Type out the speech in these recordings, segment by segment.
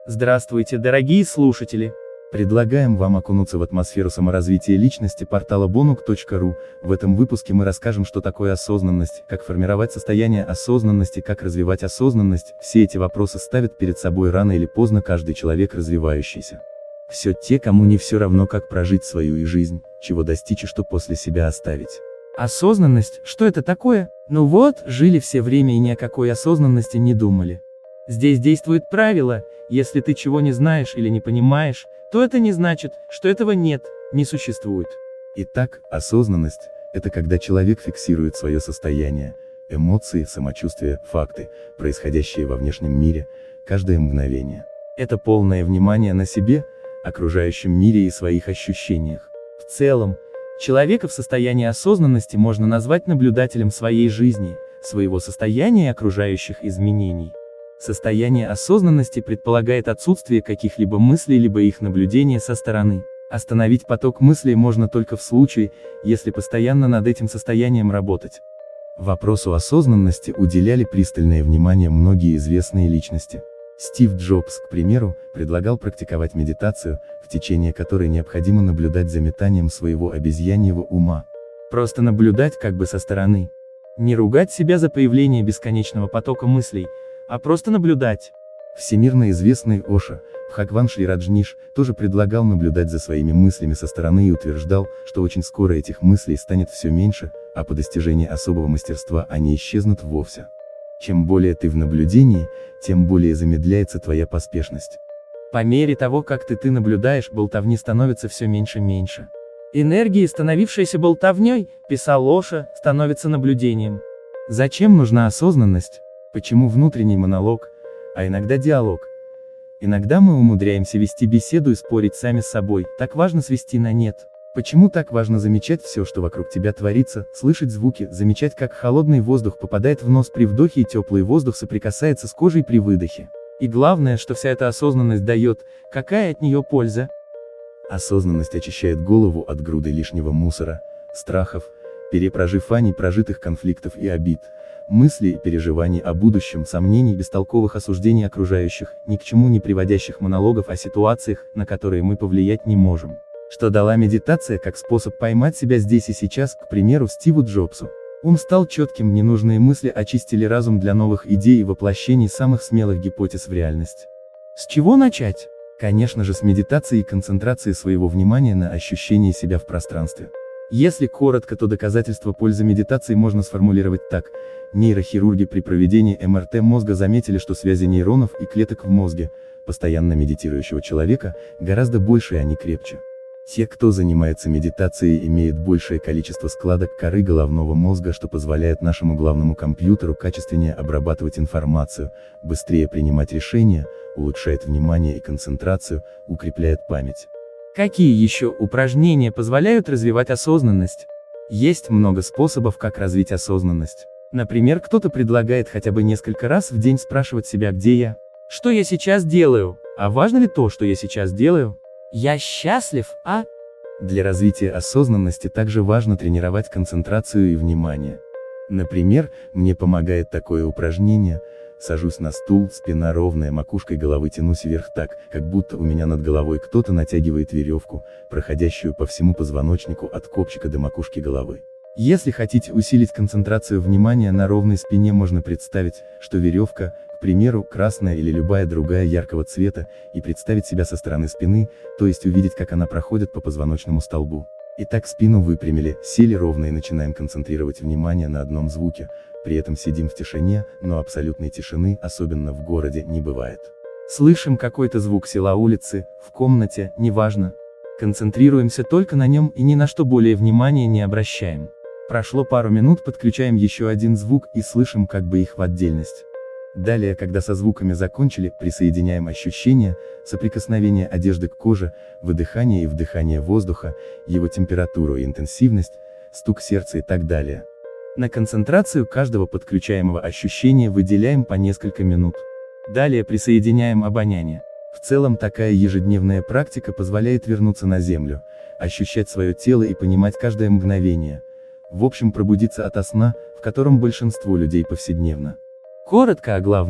Здравствуйте, дорогие слушатели! Предлагаем вам окунуться в атмосферу саморазвития личности портала bonuk.ru. В этом выпуске мы расскажем, что такое осознанность, как формировать состояние осознанности, как развивать осознанность. Все эти вопросы ставит перед собой рано или поздно каждый человек развивающийся. Все те, кому не все равно, как прожить свою и жизнь, чего достичь и что после себя оставить. Осознанность, что это такое? Ну вот, жили все время и ни о какой осознанности не думали. Здесь действует правило: если ты чего не знаешь или не понимаешь, то это не значит, что этого нет, не существует. Итак, осознанность – это когда человек фиксирует свое состояние, эмоции, самочувствие, факты, происходящие во внешнем мире, каждое мгновение. Это полное внимание на себе, окружающем мире и своих ощущениях. В целом, человека в состоянии осознанности можно назвать наблюдателем своей жизни, своего состояния и окружающих изменений. Состояние осознанности предполагает отсутствие каких-либо мыслей либо их наблюдение со стороны. Остановить поток мыслей можно только в случае, если постоянно над этим состоянием работать. Вопросу осознанности уделяли пристальное внимание многие известные личности. Стив Джобс, к примеру, предлагал практиковать медитацию, в течение которой необходимо наблюдать за метанием своего обезьяньего ума. Просто наблюдать как бы со стороны. Не ругать себя за появление бесконечного потока мыслей, а просто наблюдать. Всемирно известный Оша, Бхагван Шри Раджниш, тоже предлагал наблюдать за своими мыслями со стороны и утверждал, что очень скоро этих мыслей станет все меньше, а по достижении особого мастерства они исчезнут вовсе. Чем более ты в наблюдении, тем более замедляется твоя поспешность. По мере того, как ты наблюдаешь, болтовни становится все меньше и меньше. Энергия, становившаяся болтовней, писал Оша, становится наблюдением. Зачем нужна осознанность? Почему внутренний монолог, а иногда диалог? Иногда мы умудряемся вести беседу и спорить сами с собой, так важно свести на нет. Почему так важно замечать все, что вокруг тебя творится, слышать звуки, замечать, как холодный воздух попадает в нос при вдохе и теплый воздух соприкасается с кожей при выдохе? И главное, что вся эта осознанность дает, какая от нее польза? Осознанность очищает голову от груды лишнего мусора, страхов, перепроживаний прожитых конфликтов и обид, мыслей и переживаний о будущем, сомнений, бестолковых осуждений окружающих, ни к чему не приводящих монологов о ситуациях, на которые мы повлиять не можем. Что дала медитация как способ поймать себя здесь и сейчас, к примеру, Стиву Джобсу. Ум стал четким, ненужные мысли очистили разум для новых идей и воплощений самых смелых гипотез в реальность. С чего начать? Конечно же, с медитации и концентрации своего внимания на ощущении себя в пространстве. Если коротко, то доказательства пользы медитации можно сформулировать так. Нейрохирурги при проведении МРТ мозга заметили, что связи нейронов и клеток в мозге постоянно медитирующего человека гораздо больше и они крепче. Те, кто занимается медитацией, имеют большее количество складок коры головного мозга, что позволяет нашему главному компьютеру качественнее обрабатывать информацию, быстрее принимать решения, улучшает внимание и концентрацию, укрепляет память. Какие еще упражнения позволяют развивать осознанность? Есть много способов, как развить осознанность. Например, кто-то предлагает хотя бы несколько раз в день спрашивать себя, где я? Что я сейчас делаю? А важно ли то, что я сейчас делаю? Я счастлив, а? Для развития осознанности также важно тренировать концентрацию и внимание. Например, мне помогает такое упражнение. Сажусь на стул, спина ровная, макушкой головы тянусь вверх так, как будто у меня над головой кто-то натягивает веревку, проходящую по всему позвоночнику от копчика до макушки головы. Если хотите усилить концентрацию внимания на ровной спине, можно представить, что веревка, к примеру, красная или любая другая яркого цвета, и представить себя со стороны спины, то есть увидеть, как она проходит по позвоночному столбу. Итак, спину выпрямили, сели ровно и начинаем концентрировать внимание на одном звуке, при этом сидим в тишине, но абсолютной тишины, особенно в городе, не бывает. Слышим какой-то звук села улицы, в комнате, неважно. Концентрируемся только на нем и ни на что более внимания не обращаем. Прошло пару минут, подключаем еще один звук и слышим как бы их в отдельность. Далее, когда со звуками закончили, присоединяем ощущения, соприкосновение одежды к коже, выдыхание и вдыхание воздуха, его температуру и интенсивность, стук сердца и так далее. На концентрацию каждого подключаемого ощущения выделяем по несколько минут. Далее присоединяем обоняние. В целом такая ежедневная практика позволяет вернуться на землю, ощущать свое тело и понимать каждое мгновение. В общем, пробудиться ото сна, в котором большинство людей повседневно. Коротко о главном.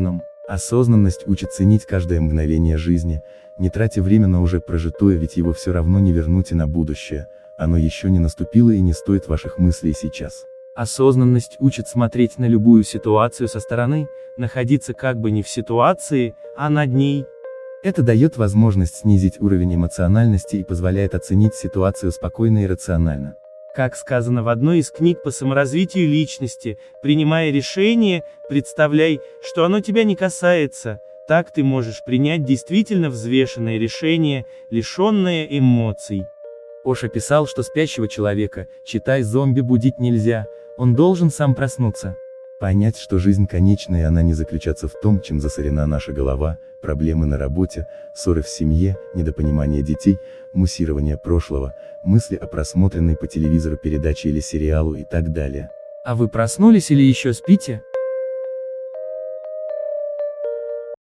Осознанность учит ценить каждое мгновение жизни, не тратя время на уже прожитое, ведь его все равно не вернуть и на будущее, оно еще не наступило и не стоит ваших мыслей сейчас. Осознанность учит смотреть на любую ситуацию со стороны, находиться как бы не в ситуации, а над ней. Это дает возможность снизить уровень эмоциональности и позволяет оценить ситуацию спокойно и рационально. Как сказано в одной из книг по саморазвитию личности, принимая решение, представляй, что оно тебя не касается, так ты можешь принять действительно взвешенное решение, лишенное эмоций. Оша писал, что спящего человека, читай, зомби будить нельзя, он должен сам проснуться. Понять, что жизнь конечна и она не заключается в том, чем засорена наша голова, проблемы на работе, ссоры в семье, недопонимание детей, муссирование прошлого, мысли о просмотренной по телевизору передаче или сериалу и так далее. А вы проснулись или еще спите?